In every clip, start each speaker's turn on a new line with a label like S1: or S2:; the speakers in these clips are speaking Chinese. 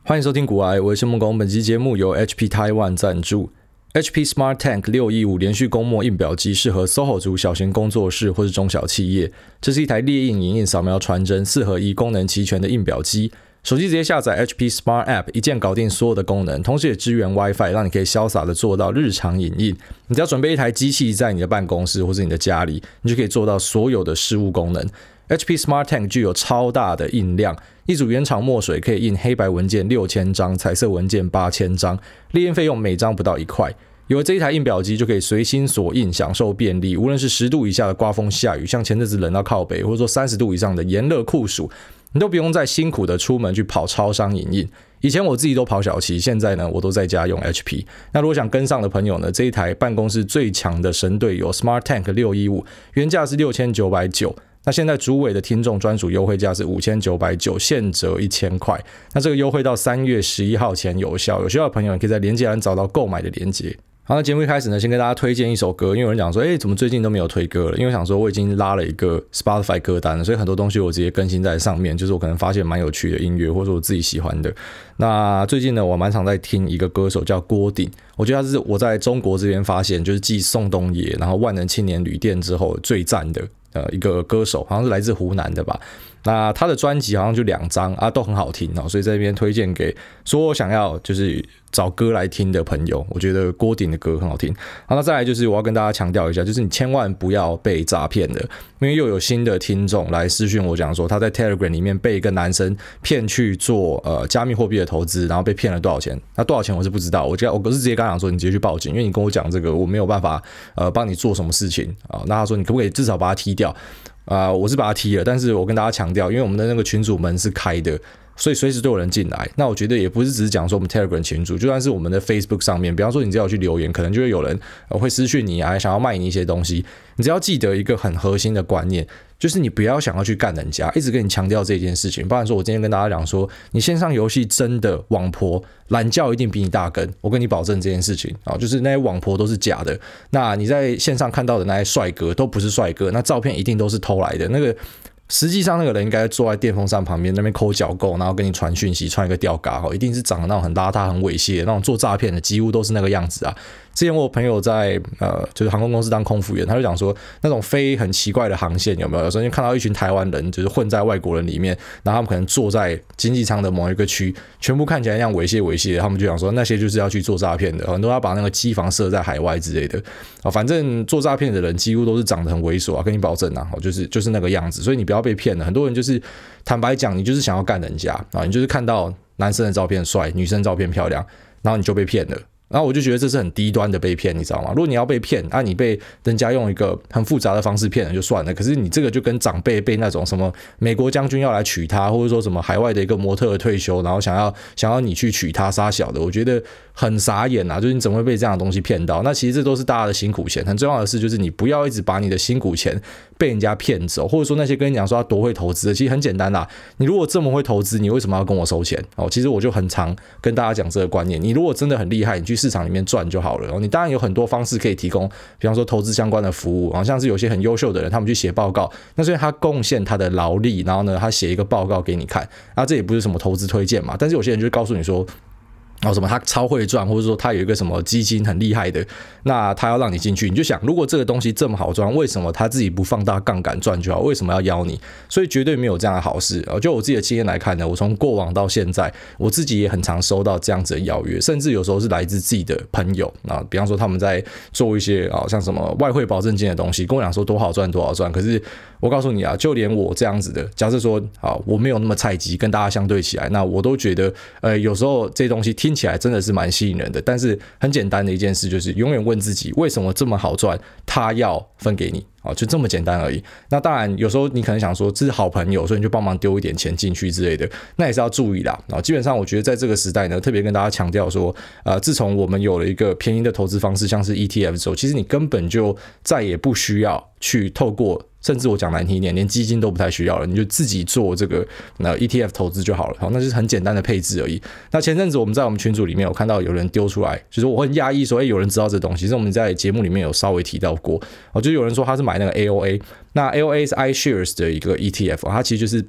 S1: 欢迎收听股癌，我是孟工。本期节目由 HP Taiwan 赞助。HP Smart Tank 615连续供墨印表机适合 SOHO 族小型工作室或是中小企业。这是一台列印、影印、扫描、传真4合1功能齐全的印表机。手机直接下载 HP Smart App， 一键搞定所有的功能，同时也支援 WiFi， 让你可以潇洒的做到日常影印。你只要准备一台机器在你的办公室或是你的家里，你就可以做到所有的事务功能。HP Smart Tank 具有超大的印量，一组原厂墨水可以印黑白文件6000张，彩色文件8000张，列印费用每张不到1块。有了这一台印表机，就可以随心所印，享受便利。无论是10度以下的刮风下雨，像前阵子冷到靠北，或者说30度以上的炎热酷暑，你都不用再辛苦的出门去跑超商影印。以前我自己都跑小七，现在呢我都在家用 HP。那如果想跟上的朋友呢，这一台办公室最强的神队友 Smart Tank 615，原价是6990。那现在主委的听众专属优惠价是5990，现折1000块。那这个优惠到3月11号前有效，有需要的朋友可以在连结栏找到购买的连结。好，那节目一开始呢，先跟大家推荐一首歌，因为有人讲说，怎么最近都没有推歌了？因为我想说我已经拉了一个 Spotify 歌单了，所以很多东西我直接更新在上面，就是我可能发现蛮有趣的音乐，或者说我自己喜欢的。那最近呢，我蛮常在听一个歌手叫郭顶，我觉得他是我在中国这边发现，就是继宋冬野，然后万能青年旅店之后最赞的一个歌手，好像是来自湖南的吧。那他的专辑好像就2张啊，都很好听哦，所以在这边推荐给说想要就是找歌来听的朋友，我觉得郭顶的歌很好听。好，那再来就是我要跟大家强调一下，就是你千万不要被诈骗的，因为又有新的听众来私讯我讲说他在 Telegram 里面被一个男生骗去做加密货币的投资，然后被骗了多少钱？那多少钱我是不知道，我是直接跟他讲说你直接去报警，因为你跟我讲这个我没有办法帮你做什么事情啊。那他说你可不可以至少把他踢掉？我是把他踢了，但是我跟大家强调，因为我们的那个群组门是开的，所以随时都有人进来。那我觉得也不是只是讲说我们 Telegram 群组，就算是我们的 Facebook 上面，比方说你只要去留言，可能就会有人会私讯你啊，想要卖你一些东西。你只要记得一个很核心的观念，就是你不要想要去干人家，一直跟你强调这件事情。不然说我今天跟大家讲说，你线上游戏真的网婆懒觉一定比你大根，我跟你保证这件事情啊，就是那些网婆都是假的。那你在线上看到的那些帅哥都不是帅哥，那照片一定都是偷来的。那个实际上那个人应该坐在电风扇旁边那边抠脚垢，然后跟你传讯息，传一个吊嘎，一定是长得那种很邋遢、很猥亵的那种做诈骗的，几乎都是那个样子啊。之前我有朋友在就是航空公司当空服员，他就讲说那种飞很奇怪的航线有没有？有时候就看到一群台湾人就是混在外国人里面，然后他们可能坐在经济舱的某一个区，全部看起来像猥亵的，他们就讲说那些就是要去做诈骗的，很多要把那个机房设在海外之类的反正做诈骗的人几乎都是长得很猥琐跟你保证啊，就是那个样子，所以你不要被骗了。很多人就是坦白讲，你就是想要干人家你就是看到男生的照片帅，女生照片漂亮，然后你就被骗了。然后我就觉得这是很低端的被骗，你知道吗？如果你要被骗你被人家用一个很复杂的方式骗了就算了，可是你这个就跟长辈被那种什么美国将军要来娶她，或者说什么海外的一个模特的退休，然后想要你去娶她杀小的，我觉得很傻眼啊！就是你怎么会被这样的东西骗到？那其实这都是大家的辛苦钱。很重要的是，就是你不要一直把你的辛苦钱被人家骗走，或者说那些跟你讲说他多会投资的，其实很简单啦。你如果这么会投资，你为什么要跟我收钱？其实我就很常跟大家讲这个观念。你如果真的很厉害，你去市场里面赚就好了。你当然有很多方式可以提供，比方说投资相关的服务，好像是有些很优秀的人，他们去写报告，那所以他贡献他的劳力，然后呢，他写一个报告给你看，这也不是什么投资推荐嘛。但是有些人就告诉你说，什么他超会赚，或者说他有一个什么基金很厉害的，那他要让你进去，你就想，如果这个东西这么好赚，为什么他自己不放大杠杆赚就好？为什么要邀你？所以绝对没有这样的好事。就我自己的经验来看呢，我从过往到现在，我自己也很常收到这样子的邀约，甚至有时候是来自自己的朋友比方说他们在做一些像什么外汇保证金的东西，跟我讲说多好赚多好赚，可是我告诉你就连我这样子的，假设说我没有那么菜鸡，跟大家相对起来，那我都觉得有时候这些东西听起来真的是蛮吸引人的，但是很简单的一件事就是永远问自己，为什么这么好赚，他要分给你就这么简单而已。那当然有时候你可能想说这是好朋友，所以你就帮忙丢一点钱进去之类的，那也是要注意啦。基本上我觉得在这个时代呢，特别跟大家强调说自从我们有了一个便宜的投资方式，像是 ETF 之后，其实你根本就再也不需要去透过，甚至我讲难听一点，连基金都不太需要了，你就自己做这个ETF 投资就好了。那就是很简单的配置而已。那前阵子我们在我们群组里面有看到有人丢出来，就是我很讶异说有人知道这东西，是我们在节目里面有稍微提到过就是有人说他是买那个 AOA， 那 AOA 是 iShares 的一个 ETF， 它其实就是把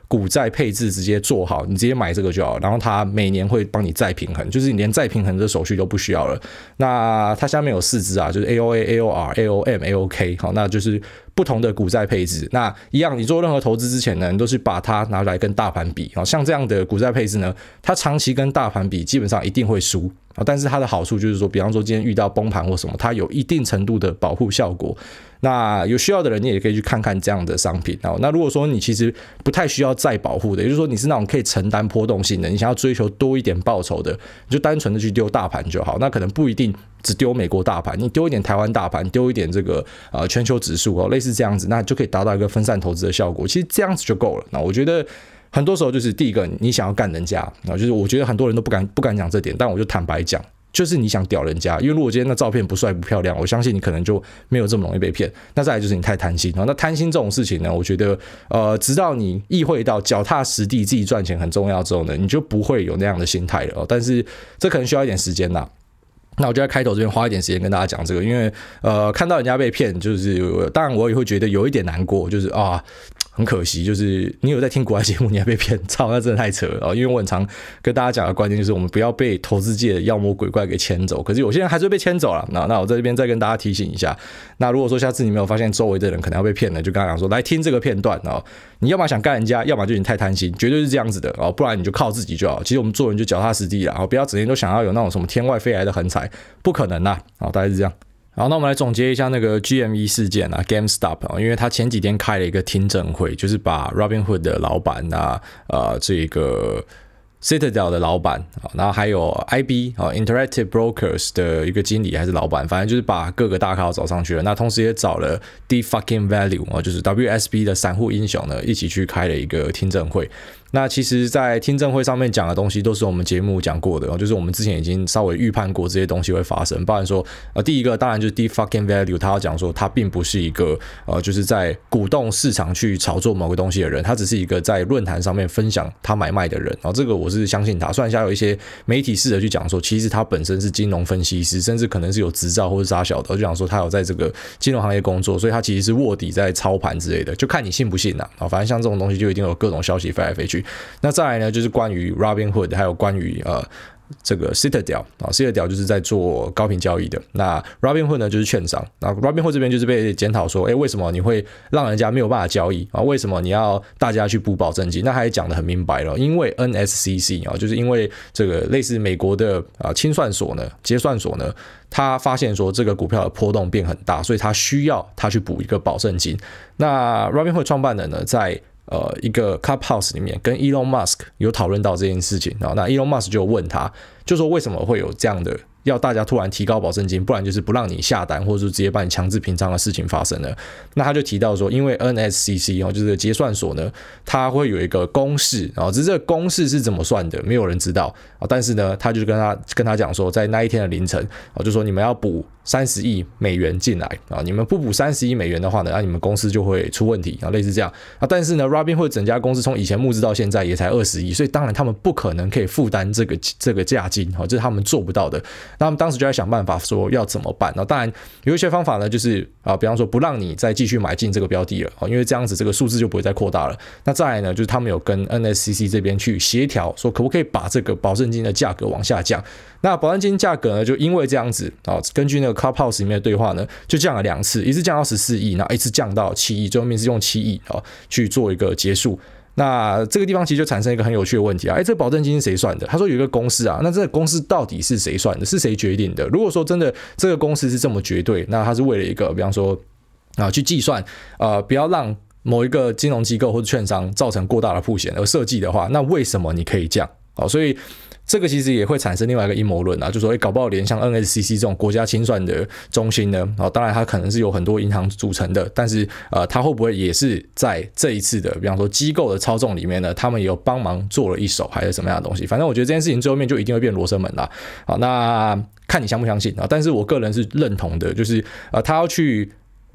S1: 股债配置直接做好，你直接买这个就好，然后它每年会帮你再平衡，就是你连再平衡的手续都不需要了。那它下面有4支啊，就是 AOA、AOR、AOM、AOK， 好，那就是不同的股债配置。那一样，你做任何投资之前呢，你都是把它拿来跟大盘比，像这样的股债配置呢，它长期跟大盘比基本上一定会输，但是它的好处就是说，比方说今天遇到崩盘或什么，它有一定程度的保护效果。那有需要的人，你也可以去看看这样的商品。那如果说你其实不太需要再保护的，也就是说你是那种可以承担波动性的，你想要追求多一点报酬的，你就单纯的去丢大盘就好。那可能不一定只丢美国大盘，你丢一点台湾大盘，丢一点这个全球指数类似这样子，那就可以达到一个分散投资的效果。其实这样子就够了。那我觉得很多时候就是第一个，你想要干人家，就是我觉得很多人都不敢讲这点，但我就坦白讲。就是你想屌人家，因为如果今天那照片不帅不漂亮，我相信你可能就没有这么容易被骗。那再来就是你太贪心，那贪心这种事情呢，我觉得直到你意会到脚踏实地自己赚钱很重要之后呢，你就不会有那样的心态了。但是这可能需要一点时间啦。那我就在开头这边花一点时间跟大家讲这个，因为看到人家被骗，就是当然我也会觉得有一点难过，就是很可惜，就是你有在听国外节目，你还被骗，操，那真的太扯了。因为我很常跟大家讲的观念就是，我们不要被投资界的妖魔鬼怪给牵走。可是有些人还是会被牵走了。那我在这边再跟大家提醒一下。那如果说下次你没有发现周围的人可能要被骗了，就跟他讲说，来听这个片段你要么想干人家，要么就是你太贪心，绝对是这样子的不然你就靠自己就好。其实我们做人就脚踏实地啦，不要整天都想要有那种什么天外飞来的横财，不可能啦。大概是这样。好，那我们来总结一下那个 GME 事件GameStop 因为他前几天开了一个听证会，就是把 Robinhood 的老板这个 Citadel 的老板，然后还有 IB Interactive Brokers 的一个经理还是老板，反正就是把各个大咖找上去了。那同时也找了 D Fucking Value 就是 WSB 的散户英雄呢，一起去开了一个听证会。那其实在听证会上面讲的东西都是我们节目讲过的，就是我们之前已经稍微预判过这些东西会发生，包含说第一个当然就是 D Fucking Value， 他要讲说他并不是一个就是在鼓动市场去炒作某个东西的人，他只是一个在论坛上面分享他买卖的人，这个我是相信他。虽然现在有一些媒体试着去讲说其实他本身是金融分析师，甚至可能是有执照或者啥小的，就讲说他有在这个金融行业工作，所以他其实是卧底在操盘之类的，就看你信不信啦。反正像这种东西就一定有各种消息飞来飞去。那再来呢，就是关于 Robinhood， 还有关于这个 Citadel 就是在做高频交易的。那 Robinhood 呢就是券商。那 Robinhood 这边就是被检讨说，为什么你会让人家没有办法交易为什么你要大家去补保证金？那他也讲得很明白了，因为 NSCC 就是因为这个类似美国的清算所呢、结算所呢，他发现说这个股票的波动变很大，所以他需要他去补一个保证金。那 Robinhood 创办人呢，在一个 Clubhouse 里面跟 Elon Musk 有讨论到这件事情，那 Elon Musk 就问他，就说为什么会有这样的要大家突然提高保证金，不然就是不让你下单，或者说直接把你强制平仓的事情发生了。那他就提到说，因为 NSCC 就是结算所呢，它会有一个公式，只是这个公式是怎么算的，没有人知道。但是呢，他就跟他讲说，在那一天的凌晨，就说你们要补30亿美元进来你们不补30亿美元的话呢，那你们公司就会出问题类似这样但是呢 Robinhood 整家公司从以前募资到现在也才20亿，所以当然他们不可能可以负担这个价金这是他们做不到的。那他们当时就在想办法说要怎么办当然有一些方法呢，就是比方说不让你再继续买进这个标的了因为这样子这个数字就不会再扩大了。那再来呢，就是他们有跟 NSCC 这边去协调，说可不可以把这个保证金的价格往下降。那保证金价格呢，就因为这样子根据那个 Clubhouse 里面的对话呢，就降了2次，一次降到14亿，然后一次降到7亿，最后面是用7亿去做一个结束。那这个地方其实就产生一个很有趣的问题这个保证金是谁算的？他说有一个公司那这个公司到底是谁算的？是谁决定的？如果说真的这个公司是这么绝对，那他是为了一个比方说去计算不要让某一个金融机构或者券商造成过大的曝险而设计的话，那为什么你可以降所以这个其实也会产生另外一个阴谋论就说搞不好连像 NSCC 这种国家清算的中心呢当然它可能是有很多银行组成的，但是它会不会也是在这一次的比方说机构的操纵里面呢，他们也有帮忙做了一手还是什么样的东西。反正我觉得这件事情最后面就一定会变罗生门啦那看你相不相信但是我个人是认同的，就是他要去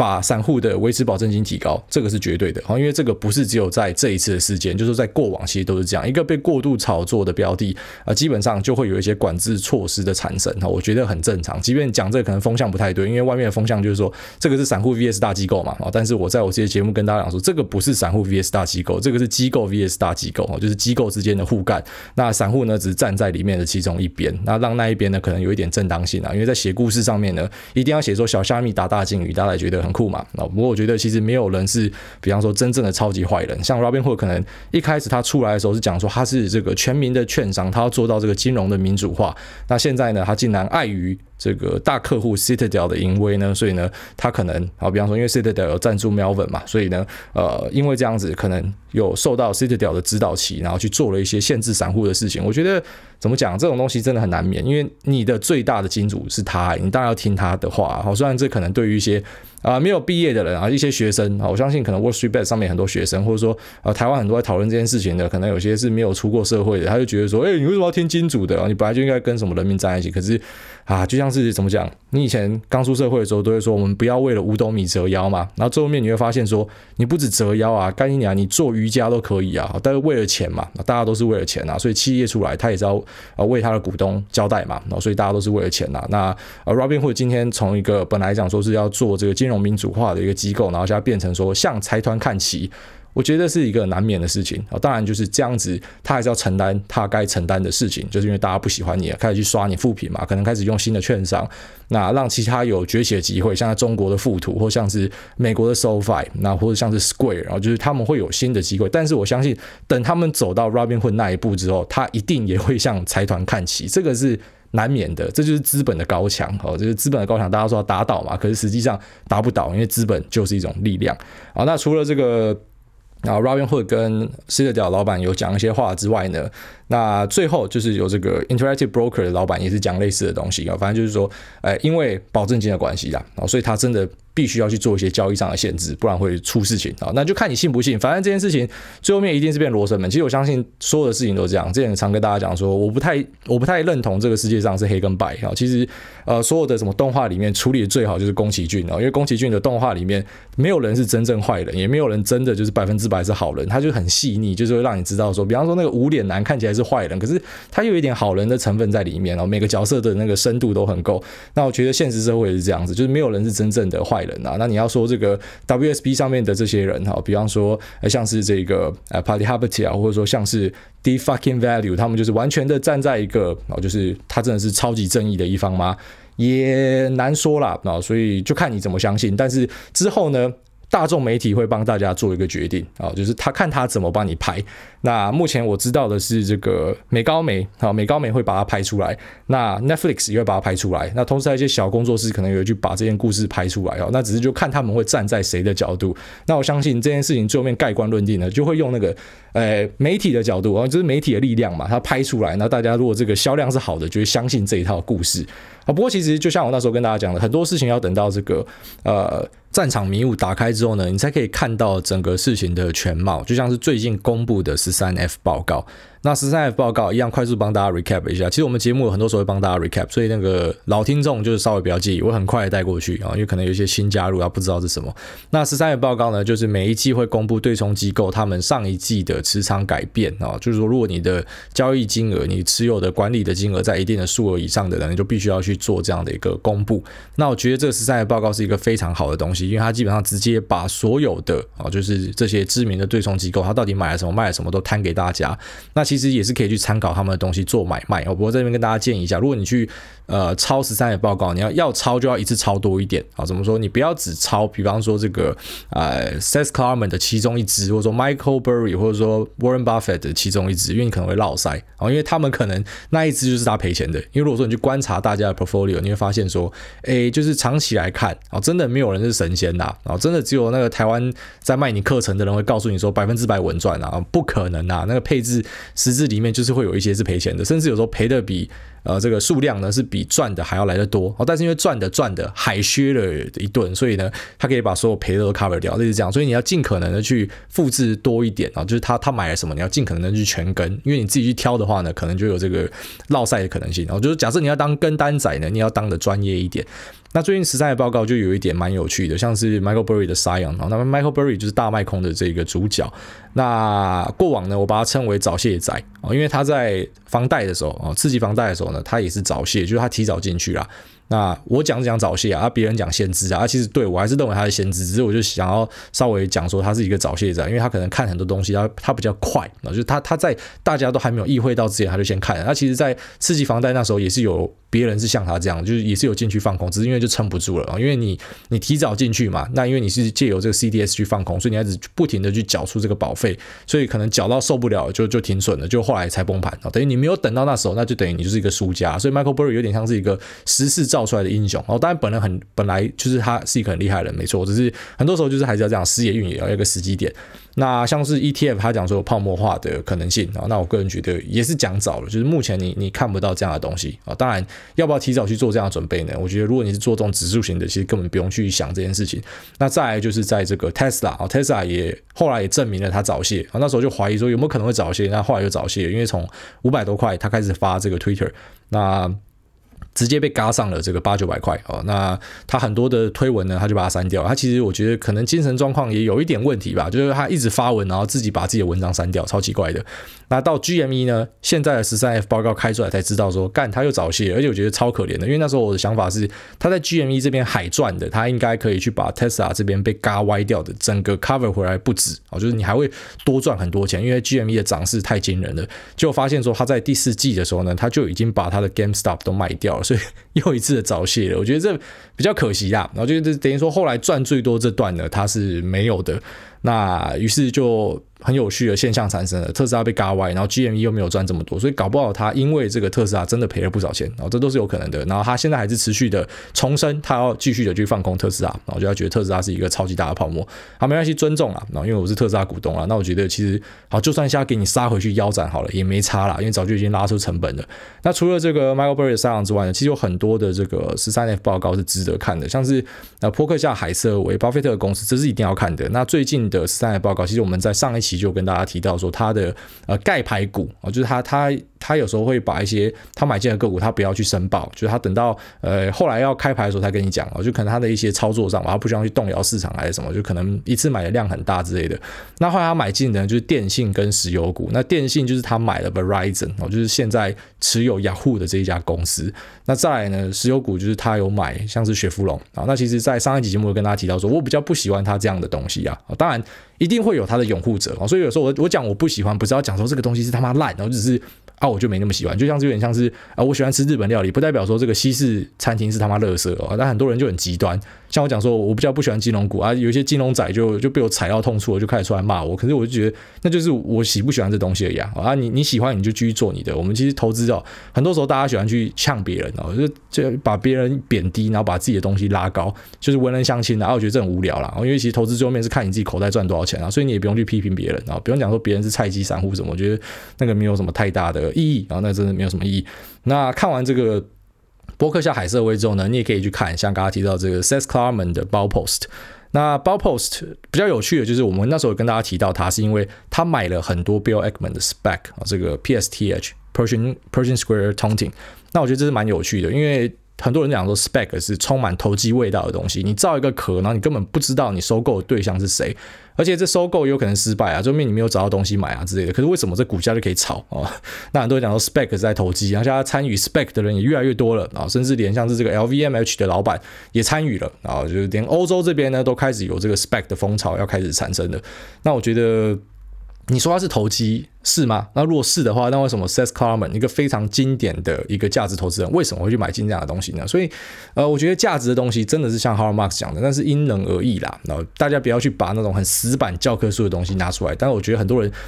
S1: 把散户的维持保证金提高，这个是绝对的，因为这个不是只有在这一次的事件，就是在过往其实都是这样，一个被过度炒作的标的基本上就会有一些管制措施的产生，我觉得很正常。即便讲这个可能风向不太对，因为外面的风向就是说这个是散户 vs 大机构嘛，但是我在我这些节目跟大家讲说，这个不是散户 vs 大机构，这个是机构 vs 大机构，就是机构之间的互干，那散户呢只是站在里面的其中一边，那让那一边呢可能有一点正当性因为在写故事上面呢一定要写说小虾米打大鲸鱼，大家也觉得很酷嘛。不过我觉得其实没有人是比方说真正的超级坏人，像 Robinhood 可能一开始他出来的时候是讲说他是这个全民的券商，他要做到这个金融的民主化，那现在呢他竟然碍于这个大客户 Citadel 的淫威呢，所以呢他可能比方说因为 Citadel 有赞助 Melvin 嘛，所以呢因为这样子可能有受到 Citadel 的指导期，然后去做了一些限制散户的事情。我觉得怎么讲，这种东西真的很难免，因为你的最大的金主是他，你当然要听他的话。虽然这可能对于一些没有毕业的人一些学生我相信可能 Wall Street Bet 上面很多学生，或者说台湾很多在讨论这件事情的，可能有些是没有出过社会的，他就觉得说你为什么要听金主的你本来就应该跟什么人民站在一起。可是就像是怎么讲，你以前刚出社会的时候都会说我们不要为了五斗米折腰嘛，然后最后面你会发现说你不止折腰干你娘，你做瑜伽都可以但是为了钱嘛，大家都是为了钱所以企业出来他也是要为他的股东交代嘛，所以大家都是为了钱那Robinhood 今天从一个本来讲说是要做这个金融民主化的一个机构，然后现在变成说向财团看齐，我觉得是一个难免的事情当然就是这样子，他还是要承担他该承担的事情，就是因为大家不喜欢你开始去刷你负评嘛，可能开始用新的券商，那让其他有崛起的机会，像在中国的富途，或像是美国的 SoFi， 那或者像是 Square， 然后就是他们会有新的机会。但是我相信等他们走到 Robinhood 那一步之后，他一定也会向财团看齐，这个是难免的，这就是资本的高墙就是资本的高墙，大家说要打倒嘛，可是实际上打不倒，因为资本就是一种力量那除了这个Robinhood 跟 Citadel 老板有讲一些话之外呢，那最后就是有这个 Interactive Broker 的老板也是讲类似的东西反正就是说因为保证金的关系所以他真的必须要去做一些交易上的限制，不然会出事情那就看你信不信，反正这件事情最后面一定是变罗生门。其实我相信所有的事情都这样，之前常跟大家讲说我不太认同这个世界上是黑跟白其实所有的什么动画里面处理的最好就是宫崎骏因为宫崎骏的动画里面没有人是真正坏人，也没有人真的就是100%是好人，他就很细腻，就是会让你知道说比方说那个无脸男看起来是坏人，可是他有一点好人的成分在里面每个角色的那个深度都很够。那我觉得现实社会也是这样子，就是没有人是真正的坏人那你要说这个 WSB 上面的这些人比方说像是这个Party Habit 或者说像是 D fucking Value， 他们就是完全的站在一个就是他真的是超级正义的一方吗？也难说啦所以就看你怎么相信。但是之后呢，大众媒体会帮大家做一个决定就是他看他怎么帮你拍。那目前我知道的是这个美高梅会把它拍出来，那 Netflix 也会把它拍出来，那同时还有一些小工作室可能有去把这件故事拍出来那只是就看他们会站在谁的角度。那我相信这件事情最后面盖棺论定呢，就会用那个媒体的角度就是媒体的力量嘛，它拍出来，那大家如果这个销量是好的，就会相信这一套故事不过其实就像我那时候跟大家讲的，很多事情要等到这个战场迷雾打开之后呢，你才可以看到整个事情的全貌。就像是最近公布的 13F 报告，那 13F 报告一样快速帮大家 recap 一下。其实我们节目有很多时候会帮大家 recap， 所以那个老听众就是稍微不要介意，我很快的带过去因为可能有一些新加入不知道是什么。那 13F 报告呢，就是每一季会公布对冲机构他们上一季的持仓改变就是说如果你的交易金额，你持有的管理的金额在一定的数额以上的人，你就必须要去做这样的一个公布。那我觉得这个 13F 报告是一个非常好的东西，因为它基本上直接把所有的就是这些知名的对冲机构它到底买了什么卖了什么都摊给大家。那其实也是可以去参考他们的东西做买卖不过这边跟大家建议一下，如果你去抄13F报告，你要抄就要一次抄多一点怎么说，你不要只抄比方说这个Seth Klarman 的其中一支，或者说 Michael Burry 或者说 Warren Buffett 的其中一支，因为你可能会落塞因为他们可能那一支就是他赔钱的。因为如果说你去观察大家的 portfolio， 你会发现说就是长期来看真的没有人是神仙真的只有那个台湾在卖你课程的人会告诉你说100%稳赚不可能那个配置实质里面就是会有一些是赔钱的，甚至有时候赔的比这个数量呢是比赚的还要来得多，但是因为赚的海削了一顿，所以呢他可以把所有赔的都 cover 掉，类似这样，所以你要尽可能的去复制多一点就是他买了什么，你要尽可能的去全跟，因为你自己去挑的话呢，可能就有这个落赛的可能性。就是假设你要当跟单仔呢，你要当的专业一点。那最近13F报告就有一点蛮有趣的，像是 Michael Burry 的 Scion， 那 Michael Burry 就是大卖空的这个主角。那过往呢，我把它称为早泄仔，因为他在房贷的时候，次级房贷的时候呢，他也是早泄，就是他提早进去啦。那我讲早泄别人讲先知其实对我还是认为他是先知，只是我就想要稍微讲说他是一个早泄仔，因为他可能看很多东西，他比较快，就是他在大家都还没有意会到之前他就先看了。他其实在次级房贷那时候也是有别人是像他这样，就是也是有进去放空，只是因为就撑不住了，因为你提早进去嘛，那因为你是借由这个 CDS 去放空，所以你还是不停的去缴出这个保费，所以可能缴到受不了就停损了，就后来才崩盘，等于你没有等到那时候，那就等于你就是一个输家。所以 Michael Burry 有点像是一个时势造出来的英雄，当然本来就是他是一个很厉害的人，没错，只是很多时候就是还是要这样，时也运也要有一个时机点。那像是 ETF 他讲说有泡沫化的可能性，那我个人觉得也是讲早了，就是目前你看不到这样的东西，当然要不要提早去做这样的准备呢？我觉得如果你是做这种指数型的，其实根本不用去想这件事情。那再来就是在这个 Tesla 也后来也证明了他早泄，那时候就怀疑说有没有可能会早泄，那后来又早泄，因为从500多块他开始发这个 Twitter， 那直接被嘎上了这个800-900块那他很多的推文呢，他就把它删掉了。他其实我觉得可能精神状况也有一点问题吧，就是他一直发文，然后自己把自己的文章删掉，超奇怪的。那到 GME 呢，现在的13F 报告开出来才知道说，干他又早泄，而且我觉得超可怜的，因为那时候我的想法是，他在 GME 这边海赚的，他应该可以去把 Tesla 这边被嘎歪掉的整个 cover 回来不止就是你还会多赚很多钱，因为 GME 的涨势太惊人了。结果发现说他在第4季的时候呢，他就已经把他的 GameStop 都卖掉了，所以又一次的早泄了，我觉得这比较可惜啦。然后就等于说后来赚最多这段呢，他是没有的。那于是就很有趣的现象产生了，特斯拉被嘎歪，然后 GME 又没有赚这么多，所以搞不好他因为这个特斯拉真的赔了不少钱，这都是有可能的。然后他现在还是持续的重申，他要继续的去放空特斯拉，然后就要觉得特斯拉是一个超级大的泡沫。好，没关系，尊重啦，因为我是特斯拉股东啦，那我觉得其实好，就算现在给你杀回去腰斩好了，也没差啦，因为早就已经拉出成本了。那除了这个 Michael Burry 的上扬之外呢，其实有很多的这个13F 报告是值得看的，像是波克夏海瑟薇巴菲特的公司，这是一定要看的。那最近的13F 报告，其实我们在上一期就跟大家提到说，他的盖牌股就是他有时候会把一些他买进的个股，他不要去申报，就是他等到后来要开牌的时候才跟你讲就可能他的一些操作上他不需要去动摇市场还是什么，就可能一次买的量很大之类的。那后来他买进的就是电信跟石油股，那电信就是他买了 Verizon 就是现在持有 Yahoo 的这一家公司。那再来呢，石油股就是他有买像是雪佛龙那其实在上一集节目跟大家提到说，我比较不喜欢他这样的东西当然一定会有他的拥护者所以有时候我讲我不喜欢，不是要讲说这个东西是他妈烂，然后只是我就没那么喜欢，就像是有点像是我喜欢吃日本料理，不代表说这个西式餐厅是他妈垃圾但很多人就很极端，像我讲说我比较不喜欢金融股有一些金融仔就被我踩到痛处了，就开始出来骂我，可是我就觉得那就是我喜不喜欢这东西而已你喜欢你就继续做你的。我们其实投资很多时候大家喜欢去呛别人就把别人贬低，然后把自己的东西拉高，就是文人相亲我觉得这很无聊啦因为其实投资最后面是看你自己口袋赚多少钱所以你也不用去批评别人不用讲说别人是菜鸡散户什么，我觉得那个没有什么太大的意义那真的没有什么意义。那看完这个波克夏海瑟薇之后呢，你也可以去看像刚刚提到这个 Seth Klarman 的 Baupost。那 Baupost 比较有趣的就是我们那时候有跟大家提到他是因为他买了很多 Bill Ackman 的 SPAC 这个 PSTH Pershing Square Tontine。那我觉得这是蛮有趣的，因为很多人讲说 SPAC 是充满投机味道的东西，你造一个壳，然后你根本不知道你收购的对象是谁，而且这收购有可能失败就因为你没有找到东西买之类的。可是为什么这股价就可以炒那很多人讲说 SPAC 是在投机，然后现在参与 SPAC 的人也越来越多了甚至连像是这个 LVMH 的老板也参与了就是连欧洲这边呢都开始有这个 SPAC 的风潮要开始产生了。那我觉得你说他是投机是吗？那如果是的话，那为什么 Seth Klarman 一个非常经典的一个价值投资人为什么会去买进这样的东西呢？所以我觉得价值的东西真的是像 Howard Marks 讲的，但是因人而异啦。大家不要去把那种很死板教科书的东西拿出来，但是我觉得很多人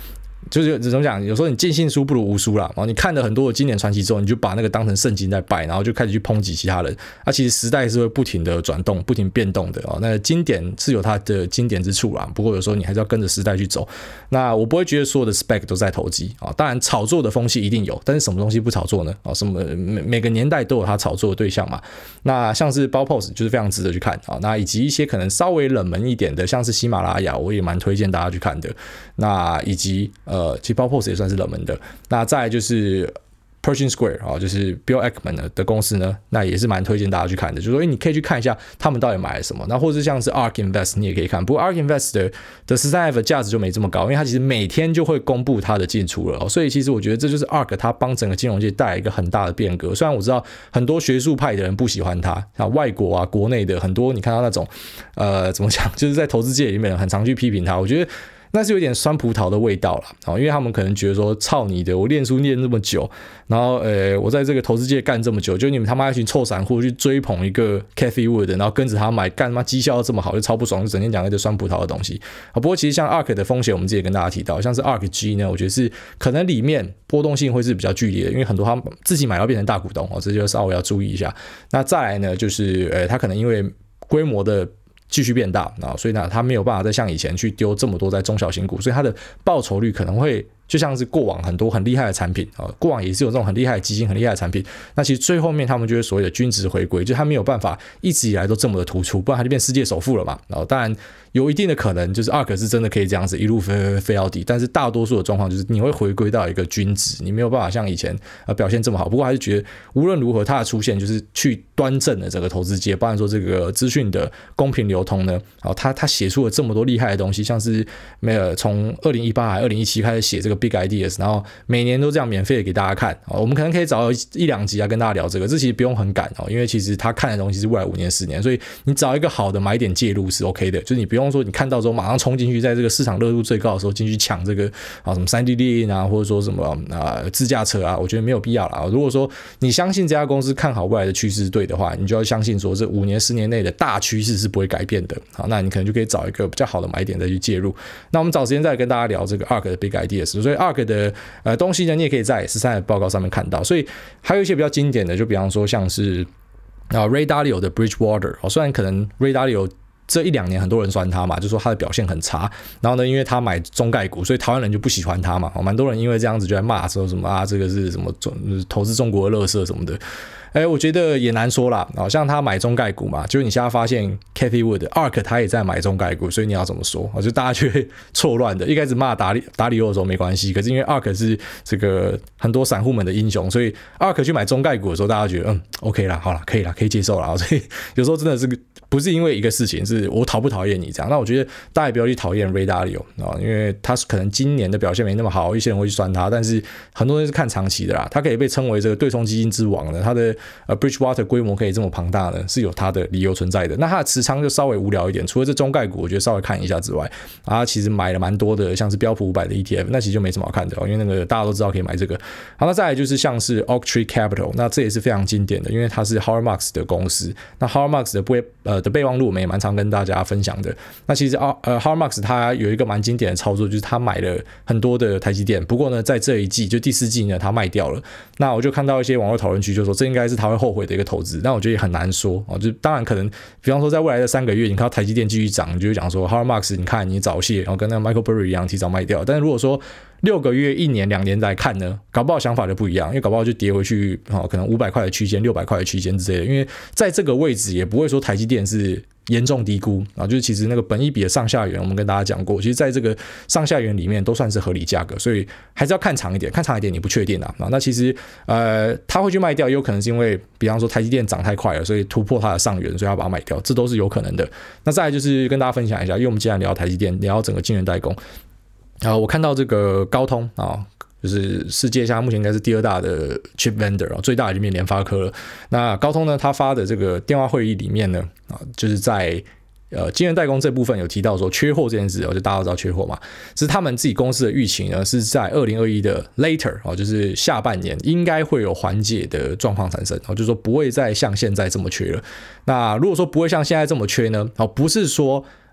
S1: 就是怎么讲？有时候你尽信书不如无书啦。然后你看了很多的经典传奇之后，你就把那个当成圣经在拜，然后就开始去抨击其他人。其实时代是会不停的转动、不停变动的哦。那经典是有它的经典之处啦，不过有时候你还是要跟着时代去走。那我不会觉得所有的 spec 都在投机啊，当然炒作的风气一定有，但是什么东西不炒作呢？什么每个年代都有它炒作的对象嘛。那像是 Baupost 就是非常值得去看啊。那以及一些可能稍微冷门一点的，像是喜马拉雅，我也蛮推荐大家去看的。那以及其实 Baupost 也算是冷门的。那再来就是Pershing Square 就是 Bill Ackman 的公司呢，那也是蛮推荐大家去看的。就是说，你可以去看一下他们到底买了什么。那或者像是 ARK Invest 你也可以看，不过 ARK Invest 的13F 的价值就没这么高，因为它其实每天就会公布它的进出了。所以其实我觉得这就是 ARK 它帮整个金融界带来一个很大的变革。虽然我知道很多学术派的人不喜欢它，外国啊、国内的很多你看到那种怎么讲，就是在投资界里面很常去批评它。我觉得那是有点酸葡萄的味道啦，因为他们可能觉得说，操你的，我念书念那么久，然后我在这个投资界干这么久，就你们他妈一群臭散户去追捧一个 Cathie Wood， 然后跟着他买，干他妈绩效这么好，就超不爽，就整天讲一堆酸葡萄的东西。不过其实像 ARK 的风险，我们之前也跟大家提到，像是 ARKG 呢，我觉得是可能里面波动性会是比较剧烈的，因为很多他自己买要变成大股东，这就稍微要注意一下。那再来呢，就是他可能因为规模的继续变大所以呢，他没有办法再像以前去丢这么多在中小型股，所以他的报酬率可能会就像是过往很多很厉害的产品过往也是有这种很厉害的基金、很厉害的产品。那其实最后面他们就是所谓的均值回归，就他没有办法一直以来都这么的突出，不然他就变世界首富了嘛。当然有一定的可能，就是 ARK 是真的可以这样子一路飞到底，但是大多数的状况就是你会回归到一个均值，你没有办法像以前表现这么好。不过还是觉得无论如何，它的出现就是去端正了整个投资界，包含说这个资讯的公平流通呢。他写出了这么多厉害的东西，像是从2018还2017开始写这个 Big Ideas， 然后每年都这样免费的给大家看。我们可能可以找一两集跟大家聊这个，这其实不用很赶因为其实他看的东西是未来5年10年，所以你找一个好的买点介入是 OK 的，就是你不用说你看到之后马上冲进去，在这个市场热度最高的时候进去抢这个什么 3D 列印或者说什么自驾车我觉得没有必要啦。如果说你相信这家公司看好未来的趋势对的话，你就要相信说这5年10年内的大趋势是不会改变的。好，那你可能就可以找一个比较好的买点再去介入。那我们找时间再跟大家聊这个 ARK 的 Big Ideas， 所以 ARK 的东西呢，你也可以在13的报告上面看到。所以还有一些比较经典的，就比方说像是Ray Dalio 的 Bridgewater， 虽然可能 Ray Dalio这1-2年很多人酸他嘛，就说他的表现很差，然后呢，因为他买中概股，所以台湾人就不喜欢他嘛，蛮多人因为这样子就在骂说什么这个是什么投资中国的垃圾什么的。我觉得也难说啦，像他买中概股嘛，就是你现在发现 Cathie Wood ARK 他也在买中概股，所以你要怎么说？就大家就会错乱的。一开始骂达里欧的时候没关系，可是因为 ARK 是这个很多散户们的英雄，所以 ARK 去买中概股的时候，大家觉得OK 啦，好啦，可以啦，可以接受啦。所以有时候真的是不是因为一个事情，是我讨不讨厌你这样。那我觉得大家也不要去讨厌 Ray Dalio 因为他可能今年的表现没那么好，一些人会去酸他，但是很多人是看长期的啦。他可以被称为这个对冲基金之王的，他的Bridgewater 规模可以这么庞大呢，是有它的理由存在的。那它的持仓就稍微无聊一点，除了这中概股我觉得稍微看一下之外，它其实买了蛮多的，像是标普500的 ETF， 那其实就没什么好看的因为那个大家都知道可以买这个。好，那再来就是像是 Oaktree Capital， 那这也是非常经典的，因为它是 Howard Marks 的公司。那 Howard Marks 的备忘录我们也蛮常跟大家分享的。那其实Howard Marks 他有一个蛮经典的操作，就是他买了很多的台积电，不过呢在这一季就第4季呢他卖掉了。那我就看到一些网络讨论区就说这应该是他会后悔的一个投资，但我觉得也很难说就当然可能比方说在未来的3个月你看到台积电继续涨，你就会讲说 Howard Marks 你看你早泄，然后跟那个 Michael Burry 一样提早卖掉。但是如果说6个月、1年、2年来看呢，搞不好想法就不一样，因为搞不好就跌回去可能500块的区间、600块的区间之类的。因为在这个位置也不会说台积电是严重低估就是其实那个本益比的上下缘我们跟大家讲过，其实在这个上下缘里面都算是合理价格，所以还是要看长一点，看长一点你不确定那其实他会去卖掉，也有可能是因为比方说台积电涨太快了，所以突破它的上缘，所以要把它卖掉，这都是有可能的。那再来就是跟大家分享一下，因为我们既然聊台积电，聊整个晶圆代工我看到这个高通就是世界上目前应该是第2大的 chip vendor 最大的里面联发科了。那高通呢，他发的这个电话会议里面呢就是在晶圆代工这部分有提到说缺货这件事就大家都知道缺货嘛，是他们自己公司的预期呢是在2021的 later 就是下半年应该会有缓解的状况产生就是说不会再像现在这么缺了。那如果说不会像现在这么缺呢不是说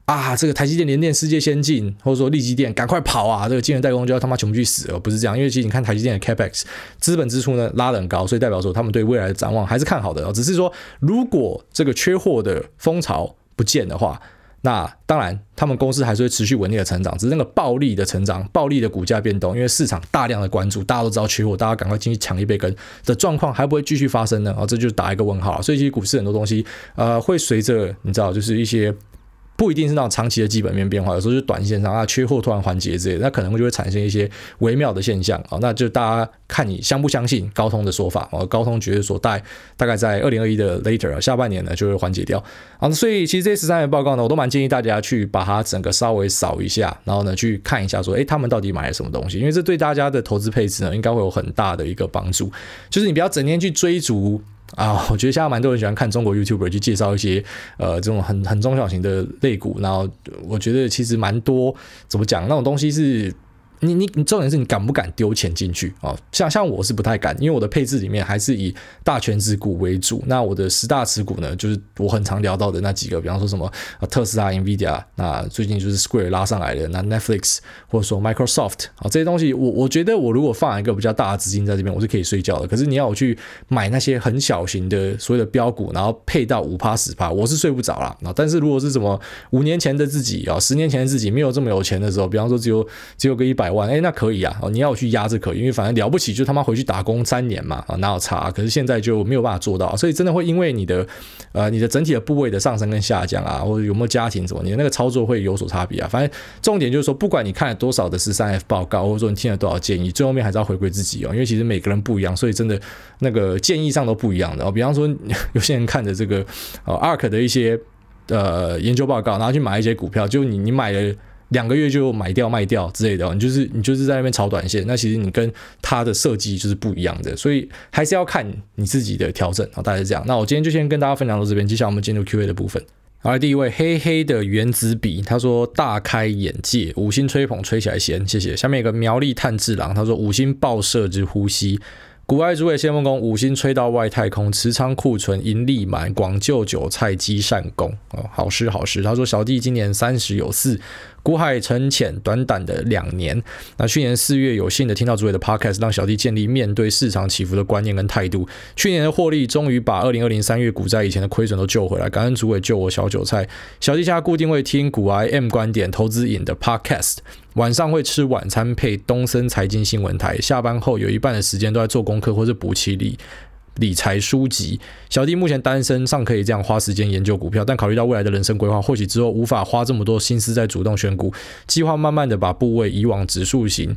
S1: 啊，这个台积电、联电世界先进，或者说力积电赶快跑啊，这个晶圆代工就要他妈全部去死了，不是这样。因为其实你看台积电的 Capex 资本支出呢拉得很高，所以代表说他们对未来的展望还是看好的，只是说如果这个缺货的风潮不见的话，那当然他们公司还是会持续稳定的成长，只是那个暴力的成长、暴力的股价变动，因为市场大量的关注，大家都知道缺货，大家赶快进去抢一杯羹的状况还不会继续发生呢？这就打一个问号。所以其实股市很多东西会随着你知道就是一些不一定是那种长期的基本面变化，有时候就短线上缺货突然缓解之类的，那可能就会产生一些微妙的现象。那就大家看你相不相信高通的说法。高通觉得说大概在2021的 later 下半年呢就会缓解掉。所以其实这些13月报告呢，我都蛮建议大家去把它整个稍微扫一下，然后呢去看一下说他们到底买了什么东西，因为这对大家的投资配置呢应该会有很大的一个帮助。就是你不要整天去追逐我觉得现在蛮多人喜欢看中国 YouTuber 去介绍一些这种很中小型的类股，然后我觉得其实蛮多怎么讲那种东西是你重点是你敢不敢丢钱进去像我是不太敢，因为我的配置里面还是以大权值股为主。那我的10大持股呢，就是我很常聊到的那几个，比方说什么特斯拉、Nvidia， 那最近就是 Square 拉上来的，那 Netflix 或者说 Microsoft 这些东西，我觉得我如果放一个比较大的资金在这边，我是可以睡觉的。可是你要我去买那些很小型的所谓的标股，然后配到 5%、10%， 我是睡不着啦。但是如果是什么5年前的自己10年前的自己没有这么有钱的时候，比方说只有个100万，那可以你要我去压这可以，因为反正了不起就他妈回去打工3年嘛，哪有差？可是现在就没有办法做到，所以真的会因为你的整体的部位的上升跟下降或者有没有家庭什么，你的那个操作会有所差别反正重点就是说，不管你看了多少的13F 报告，或者说你听了多少建议，最后面还是要回归自己因为其实每个人不一样，所以真的那个建议上都不一样的比方说有些人看着这个ARK 的一些研究报告，然后去买一些股票，就你买了2个月就买掉卖掉之类的，你就是在那边炒短线，那其实你跟它的设计就是不一样的，所以还是要看你自己的调整大概是这样。那我今天就先跟大家分享到这边，接下来我们进入 Q&A 的部分。好，第一位黑黑的原子笔，他说大开眼界，5星吹捧吹起来闲，谢谢。下面有个苗栗炭治郎，他说5星爆射之呼吸。股外主委谢孟恭5星吹到外太空，持仓库存盈利满，广救韭菜积善功好事好事。他说小弟今年30有4，股海沉潜短短的2年。那去年4月有幸的听到主委的 podcast， 让小弟建立面对市场起伏的观念跟态度。去年的获利终于把2020 3月股灾以前的亏损都救回来，感恩主委救我小韭菜。小弟现在固定会听股癌 M 观点投资瘾的 podcast， 晚上会吃晚餐配东森财经新闻台，下班后有一半的时间都在做功课或是补齐理财书籍。小弟目前单身，尚可以这样花时间研究股票，但考虑到未来的人生规划，或许之后无法花这么多心思在主动选股，计划慢慢的把部位移往指数型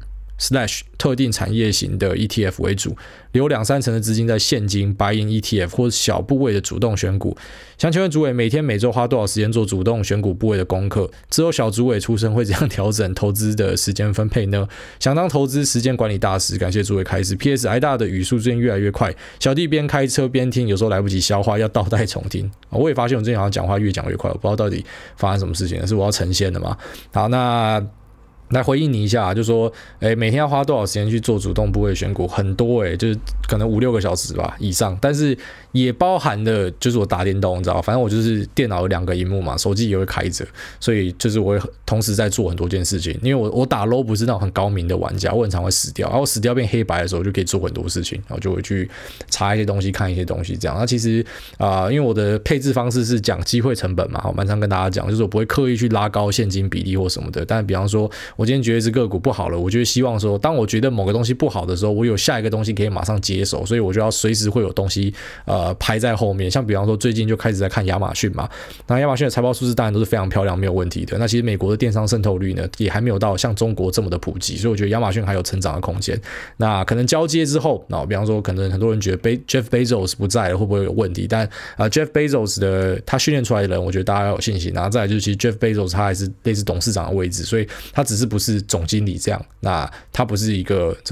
S1: /特定产业型的 ETF 为主，留2-3成的资金在现金、白银 ETF 或小部位的主动选股。想请问主委，每天每周花多少时间做主动选股部位的功课？之后小主委出身会怎样调整投资的时间分配呢？想当投资时间管理大师，感谢主委开始。PS 挨大的语速最近越来越快，小弟边开车边听，有时候来不及消化，要倒带重听。我也发现我最近好像讲话越讲越快，我不知道到底发生什么事情，是我要成仙了吗？好，那来回应你一下，就说每天要花多少时间去做主动部位选股？很多就是可能5-6个小时吧以上，但是也包含了就是我打电动，你知道，反正我就是电脑有2个萤幕嘛，手机也会开着，所以就是我会同时在做很多件事情。因为我打 LOL 不是那种很高明的玩家，我很常会死掉，然后我死掉变黑白的时候，就可以做很多事情，然后就会去查一些东西、看一些东西这样。那其实因为我的配置方式是讲机会成本嘛，我蛮常跟大家讲，就是我不会刻意去拉高现金比例或什么的。但比方说，我今天觉得这个股不好了，我就会希望说，当我觉得某个东西不好的时候，我有下一个东西可以马上接手，所以我就要随时会有东西排在后面。像比方说最近就开始在看亚马逊嘛，那亚马逊的财报数字当然都是非常漂亮，没有问题的。那其实美国的电商渗透率呢，也还没有到像中国这么的普及，所以我觉得亚马逊还有成长的空间。那可能交接之后，比方说可能很多人觉得Jeff Bezos 不在了会不会有问题？但Jeff Bezos 的他训练出来的人，我觉得大家要有信心。然后再来就是其实 Jeff Bezos 他还是类似董事长的位置，所以他只是不是总经理这样，那他不是一个这个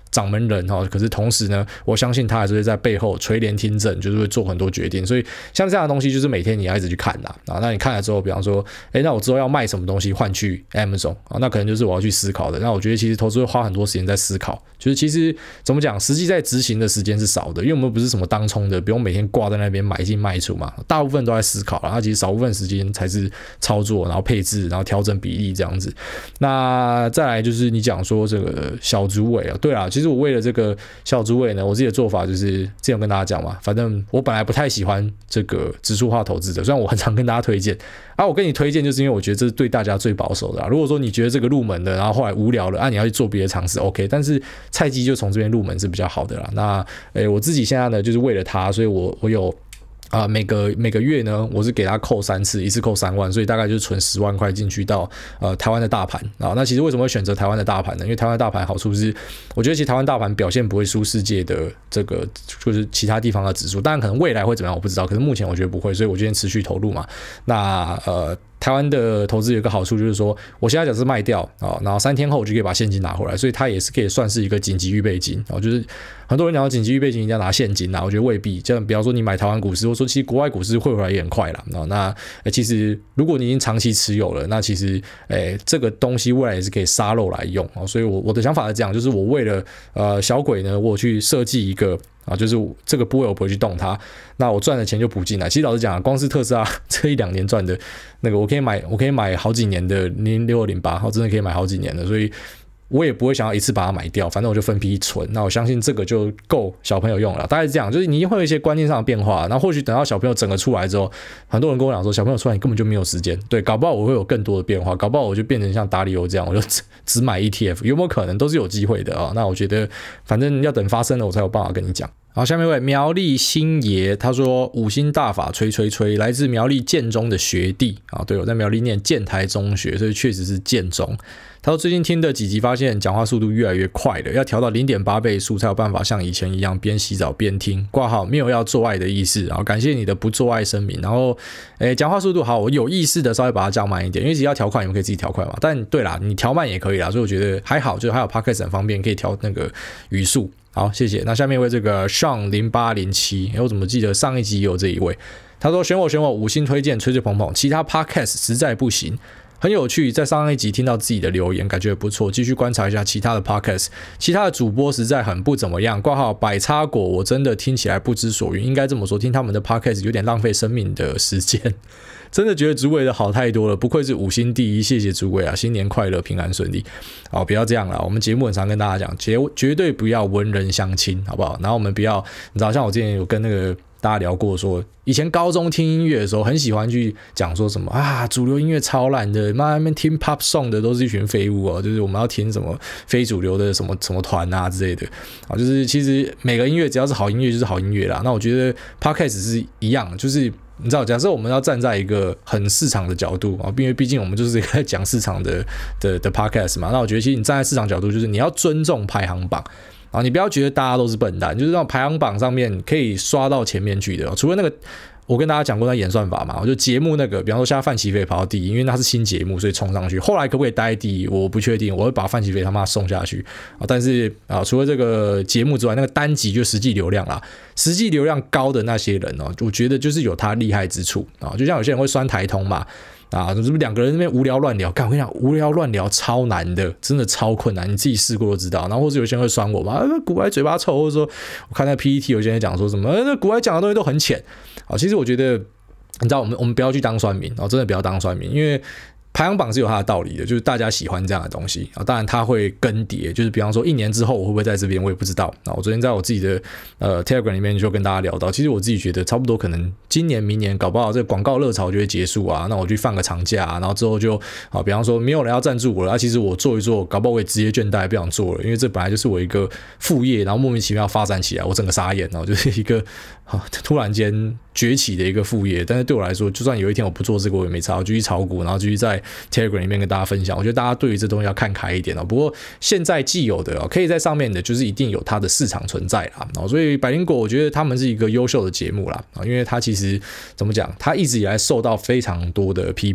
S1: 掌门人可是同时呢，我相信他还是会在背后垂帘听政，就是会做很多决定。所以像这样的东西，就是每天你要一直去看啦。那你看了之后，比方说，那我之后要卖什么东西换去 Amazon 那可能就是我要去思考的。那我觉得其实投资会花很多时间在思考，就是其实怎么讲，实际在执行的时间是少的，因为我们不是什么当冲的，不用每天挂在那边买进卖出嘛，大部分都在思考啦。那其实少部分时间才是操作，然后配置，然后调整比例这样子。那再来就是你讲说这个小主委对啦，其实我为了这个小主委呢，我自己的做法就是之前有跟大家讲嘛，反正我本来不太喜欢这个指数化投资的，虽然我很常跟大家推荐我跟你推荐就是因为我觉得这是对大家最保守的如果说你觉得这个入门的，然后后来无聊了你要去做别的尝试 OK， 但是菜鸡就从这边入门是比较好的啦。那我自己现在呢就是为了他，所以我有每个月呢，我是给他扣3次，一次扣3万，所以大概就是存10万块进去到台湾的大盘那其实为什么会选择台湾的大盘呢？因为台湾的大盘好处是，我觉得其实台湾大盘表现不会输世界的这个就是其他地方的指数，当然可能未来会怎么样我不知道，可是目前我觉得不会，所以我今天持续投入嘛。那台湾的投资有一个好处就是说，我现在假设卖掉然后3天后我就可以把现金拿回来，所以它也是可以算是一个紧急预备金就是很多人讲到紧急预备金一定要拿现金我觉得未必。这样比方说你买台湾股市，或者说其实国外股市汇回来也很快啦那其实如果你已经长期持有了，那其实这个东西未来也是可以杀肉来用所以我的想法是这样，就是我为了小鬼呢，我有去设计一个就是这个部位我不会去动它，那我赚的钱就补进来。其实老实讲光是特斯拉这1-2年赚的那个我可以买好几年的0608真的可以买好几年的，所以我也不会想要一次把它买掉，反正我就分批存。那我相信这个就够小朋友用了，大概是这样。就是你会有一些观念上的变化，那或许等到小朋友整个出来之后，很多人跟我讲说，小朋友出来你根本就没有时间。对，搞不好我会有更多的变化，搞不好我就变成像达利欧这样，我就只买 ETF， 有没有可能都是有机会的那我觉得反正要等发生了我才有办法跟你讲。好，下面一位苗栗星爷，他说5星大法吹吹吹，来自苗栗建中的学弟对，我在苗栗念建台中学，所以确实是建中。他说最近听的几集发现讲话速度越来越快了，要调到 0.8 倍速才有办法像以前一样边洗澡边听。挂号没有要做爱的意思，然后感谢你的不做爱声明。然后讲话速度好，我有意识的稍微把它降慢一点，因为其实要调快你们可以自己调快嘛，但对啦你调慢也可以啦，所以我觉得还好，就还有 Podcast 很方便可以调那个语速。好，谢谢。那下面一位这个 Sean0807，我怎么记得上一集有这一位？他说选我5星推荐吹吹捧捧，其他 Podcast 实在不行。很有趣，在上一集听到自己的留言，感觉不错，继续观察一下其他的 podcast， 其他的主播实在很不怎么样。挂号百叉果，我真的听起来不知所云，应该这么说，听他们的 podcast 有点浪费生命的时间。真的觉得主委的好太多了，不愧是5星第一，谢谢主委新年快乐，平安顺利。好，不要这样啦，我们节目很常跟大家讲，绝对不要文人相亲，好不好？然后我们不要，你知道，像我之前有跟那个大家聊过说，以前高中听音乐的时候，很喜欢去讲说什么主流音乐超烂的，妈那边听 pop song 的都是一群废物就是我们要听什么非主流的什么什么团之类的就是其实每个音乐只要是好音乐就是好音乐啦。那我觉得 podcast 是一样，就是你知道，假设我们要站在一个很市场的角度因为毕竟我们就是在讲市场的 podcast 嘛，那我觉得其实你站在市场角度，就是你要尊重排行榜你不要觉得大家都是笨蛋，就是让排行榜上面可以刷到前面去的除了那个我跟大家讲过那演算法嘛，我就节目那个，比方说现在范琪斐跑到第一，因为那是新节目，所以冲上去。后来可不可以待第一，我不确定，我会把范琪斐他妈送下去但是除了这个节目之外，那个单集就实际流量啦，实际流量高的那些人我觉得就是有他厉害之处就像有些人会酸台通嘛。是不是2个人那边无聊乱聊？我跟你讲，无聊乱聊超难的，真的超困难，你自己试过就知道。然后或者有些人会酸我嘛，古埃嘴巴臭，或者说我看那 PPT 有些人讲说什么，那古埃讲的东西都很浅其实我觉得，你知道，我们不要去当酸民真的不要当酸民，因为排行榜是有它的道理的，就是大家喜欢这样的东西当然它会更迭，就是比方说1年之后我会不会在这边，我也不知道我昨天在我自己的Telegram 里面就跟大家聊到，其实我自己觉得差不多可能今年明年搞不好这个广告热潮就会结束那我去放个长假然后之后就比方说没有人要赞助我了其实我做一做，搞不好我也职业倦怠不想做了，因为这本来就是我一个副业，然后莫名其妙发展起来，我整个傻眼就是一个突然间崛起的一个副业。但是对我来说，就算有一天我不做这个我也没差，我继续炒股，然后继续在 Telegram 里面跟大家分享。我觉得大家对于这东西要看开一点不过现在既有的可以在上面的，就是一定有它的市场存在啦所以百灵果我觉得他们是一个优秀的节目啦因为它其实怎么讲，它一直以来受到非常多的批评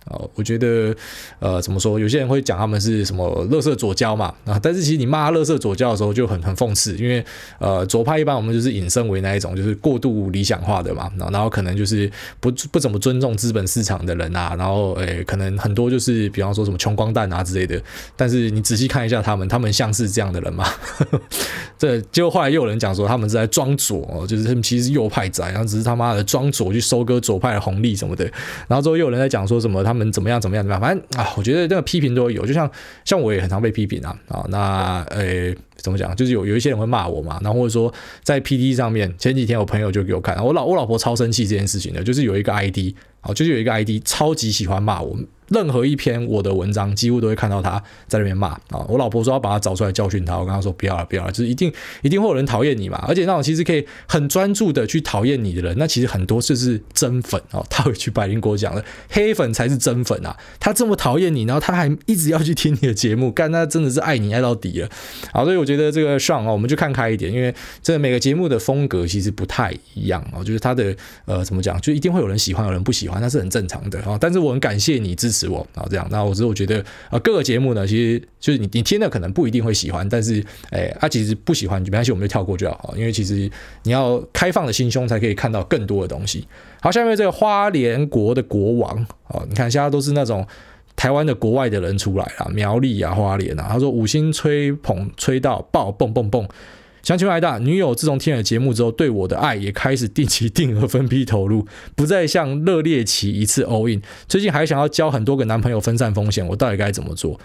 S1: 我觉得怎么说，有些人会讲他们是什么垃圾左交嘛但是其实你骂他垃圾左交的时候就很讽刺，因为左派一般我们就是引申为那一种就是过度理想化的嘛，然后可能就是不怎么尊重资本市场的人啊，然后可能很多就是比方说什么穷光蛋啊之类的，但是你仔细看一下他们像是这样的人吗？这结果后来又有人讲说他们是在装左就是他们其实是右派仔，然后只是他妈的装左去收割左派的红利什么的，然后之后又有人在讲说什么他们怎么样，反正我觉得那个批评都会有，就像我也很常被批评那怎么讲，就是有一些人会骂我嘛，然后或者说在 PT 上面，前几天我朋友就给我看，我老婆超生气这件事情的，就是有一个 ID 超级喜欢骂我，任何一篇我的文章几乎都会看到他在那边骂我老婆说要把他找出来教训他，我跟他说不要了，就是一定会有人讨厌你嘛，而且那种其实可以很专注的去讨厌你的人，那其实很多就是真粉他回去百灵果讲了，黑粉才是真粉他这么讨厌你，然后他还一直要去听你的节目，干，那真的是爱你爱到底了。好，所以我觉得这个 Sean 我们就看开一点，因为这个每个节目的风格其实不太一样就是他的怎么讲，就一定会有人喜欢有人不喜欢，那是很正常的但是我很感谢你支持我这样，那我觉得各个节目呢，其实就是你听的可能不一定会喜欢，但是其实不喜欢没关系，我们就跳过就好，因为其实你要开放的心胸才可以看到更多的东西。好，下面这个花莲国的国王你看现在都是那种台湾的国外的人出来啦，苗栗花莲他说五星吹捧吹到爆蹦蹦蹦。想请问艾大，女友自从听了节目之后，对我的爱也开始定期定额分批投入，不再像热恋期一次 all in。最近还想要交很多个男朋友分散风险，我到底该怎么做？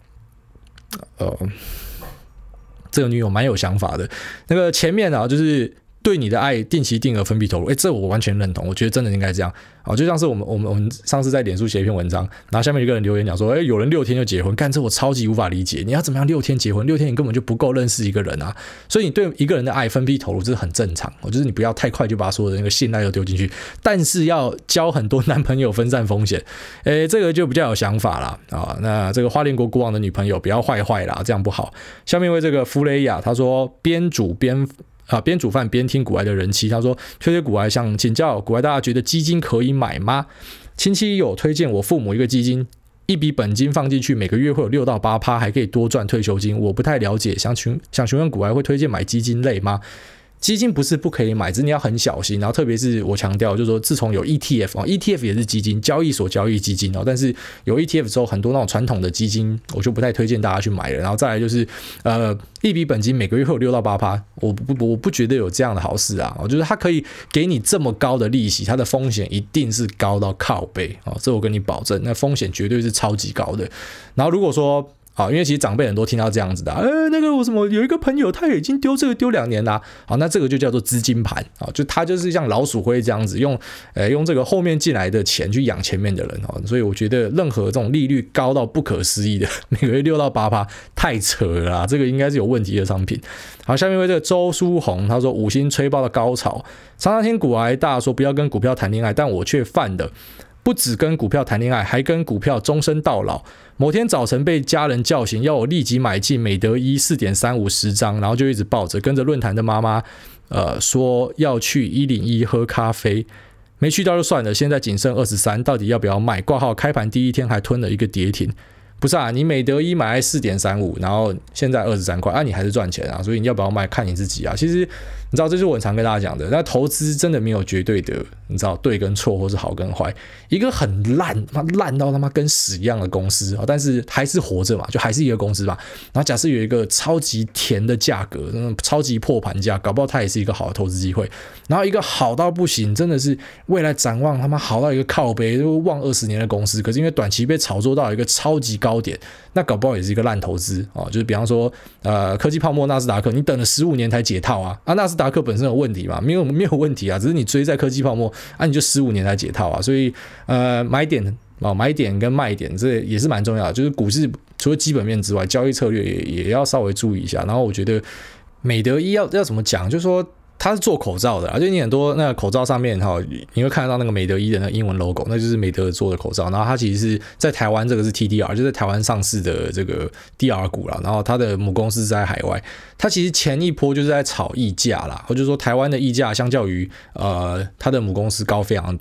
S1: 这个女友蛮有想法的。那个前面就是对你的爱定期定额分批投入，这我完全认同，我觉得真的应该这样就像是我们上次在脸书写一篇文章，然后下面有个人留言讲说有人6天就结婚，干，这我超级无法理解，你要怎么样6天结婚？6天你根本就不够认识一个人所以你对一个人的爱分批投入这是很正常就是你不要太快就把所有的那个信赖都丢进去，但是要交很多男朋友分散风险这个就比较有想法啦那这个花莲国国王的女朋友不要坏啦，这样不好。下面为这个弗雷亚他说边煮饭边听股癌的人妻，他说推荐股癌，想请教股癌大家觉得基金可以买吗？亲戚有推荐我父母一个基金，一笔本金放进去每个月会有6到8%，还可以多赚退休金，我不太了解，想询问股癌会推荐买基金类吗？基金不是不可以买，只是你要很小心，然后特别是我强调就是说自从有 ETF 也是基金，交易所交易基金但是有 ETF 之后，很多那种传统的基金我就不太推荐大家去买了。然后再来就是一笔本金每个月会有6到8%，我不觉得有这样的好事我觉得它可以给你这么高的利息，它的风险一定是高到靠背这我跟你保证，那风险绝对是超级高的。然后如果说因为其实长辈很多听到这样子的那个我什么有一个朋友他已经丢这个丢2年啦那这个就叫做资金盘就他就是像老鼠灰这样子用这个后面进来的钱去养前面的人所以我觉得任何这种利率高到不可思议的每个月6到8%太扯了啦，这个应该是有问题的商品。好，下面为这个周书红他说五星吹爆的高潮，常常听股癌大说不要跟股票谈恋爱，但我却犯的不只跟股票谈恋爱，还跟股票终身到老。某天早晨被家人叫醒，要我立即买进美德一 4.35 10张，然后就一直抱着，跟着论坛的妈妈说要去101喝咖啡，没去到就算了，现在仅剩23，到底要不要卖？挂号开盘第一天还吞了一个跌停。不是你美德一买在 4.35， 然后现在23块你还是赚钱所以你要不要卖看你自己其实你知道这就是我很常跟大家讲的，那投资真的没有绝对的你知道对跟错或是好跟坏，一个很烂到他妈跟屎一样的公司但是还是活着嘛，就还是一个公司嘛，然后假设有一个超级甜的价格，超级破盘价，搞不好它也是一个好的投资机会。然后一个好到不行，真的是未来展望他妈好到一个靠北就望20年的公司，可是因为短期被炒作到一个超级高点，那搞不好也是一个烂投资就是比方说科技泡沫纳斯达克，你等了15年才解套纳斯达克本身有问题嘛？没有问题只是你追在科技泡沫你就15年才解套所以买点跟卖点这也是蛮重要的，就是股市除了基本面之外，交易策略也要稍微注意一下。然后我觉得美德一要怎么讲，就是说它是做口罩的就你很多那个口罩上面你会看到那个美德一的那个英文 logo， 那就是美德做的口罩。然后它其实是在台湾，这个是 TDR， 就是在台湾上市的这个 DR 股啦，然后它的母公司在海外。它其实前一波就是在炒溢价啦，或者说台湾的溢价相较于它的母公司高非常多嘛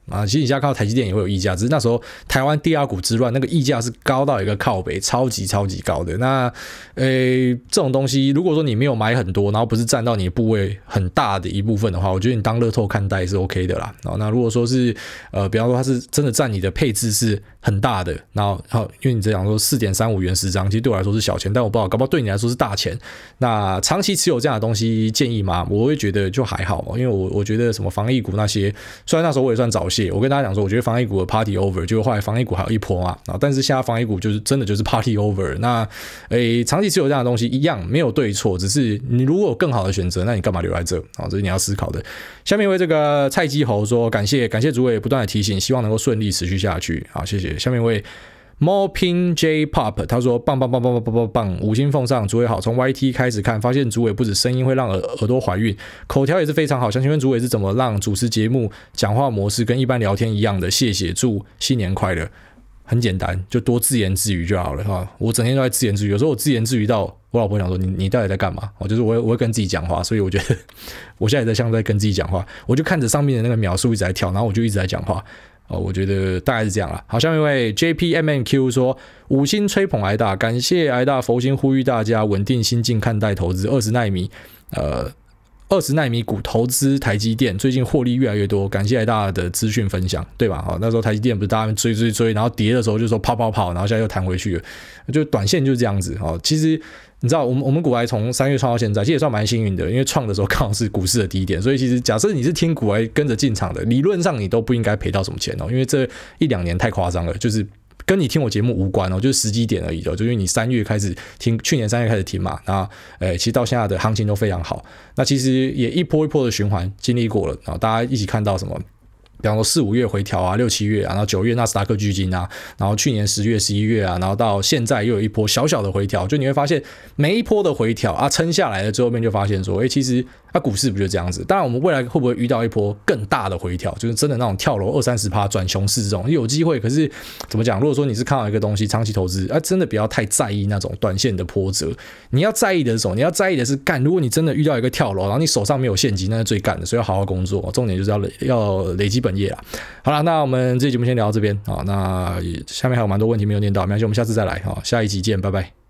S1: 啊，其实你现在看到台积电也会有溢价，只是那时候台湾第二股之乱，那个溢价是高到一个靠北，超级高的。那这种东西，如果说你没有买很多，然后不是占到你的部位很大的一部分的话，我觉得你当乐透看待是 OK 的啦。那如果说是比方说它是真的占你的配置是很大的，然后因为你这样说4.35元10张，其实对我来说是小钱，但我不知道，搞不好对你来说是大钱。那长期持有这样的东西建议吗？我会觉得就还好，因为我觉得什么防疫股那些，虽然那时候我也算早泄，我跟大家讲说，我觉得防疫股的 party over， 结果后来防疫股还有一波嘛，但是现在防疫股就是真的就是 party over。那长期持有这样的东西一样没有对错，只是你如果有更好的选择，那你干嘛留在这？这是你要思考的。下面一位这个菜鸡猴说，感谢主委不断的提醒，希望能够顺利持续下去。好，谢谢。下面一位Mopin J Pop 他说棒，5星奉上，主委好。从 YT 开始看，发现主委不止声音会让耳朵怀孕，口条也是非常好。想请问主委是怎么让主持节目讲话模式跟一般聊天一样的？谢谢，祝新年快乐。很简单，就多自言自语就好了哈。我整天都在自言自语，有时候我自言自语到我老婆想说你到底在干嘛？就是我会跟自己讲话，所以我觉得我现在在像在跟自己讲话，我就看着上面的那个秒数一直在跳，然后我就一直在讲话。我觉得大概是这样啦。好，下面一位 JPMNQ 说5星吹捧挨大，感谢挨大佛心呼吁大家稳定心境看待投资20奈米20奈米股投资台积电，最近获利越来越多，感谢挨大的资讯分享，对吧？那时候台积电不是大家追，然后跌的时候就说跑，然后现在又弹回去了，就短线就是这样子。其实你知道我们股癌从3月创到现在，其实也算蛮幸运的，因为创的时候刚好是股市的低点，所以其实假设你是听股癌跟着进场的，理论上你都不应该赔到什么钱因为这1-2年太夸张了，就是跟你听我节目无关就是时机点而已就因为你3月开始听，去年3月开始听嘛，那其实到现在的行情都非常好，那其实也一波一波的循环经历过了，然后大家一起看到什么。比方说4、5月回调啊，6、7月啊，然后9月纳斯达克巨金啊，然后去年10月、11月啊，然后到现在又有一波小小的回调，就你会发现每一波的回调啊，撑下来了最后面就发现说，其实股市不就这样子？当然我们未来会不会遇到一波更大的回调，就是真的那种跳楼20-30%转熊市这种有机会，可是怎么讲？如果说你是看到一个东西长期投资真的不要太在意那种短线的波折，你要在意的是什么？你要在意的是如果你真的遇到一个跳楼，然后你手上没有现金，那是最干的，所以要好好工作，重点就是要累积本业啦。好了，那我们这期节目先聊到这边那下面还有蛮多问题没有念到，没关系，我们下次再来下一集见，拜拜。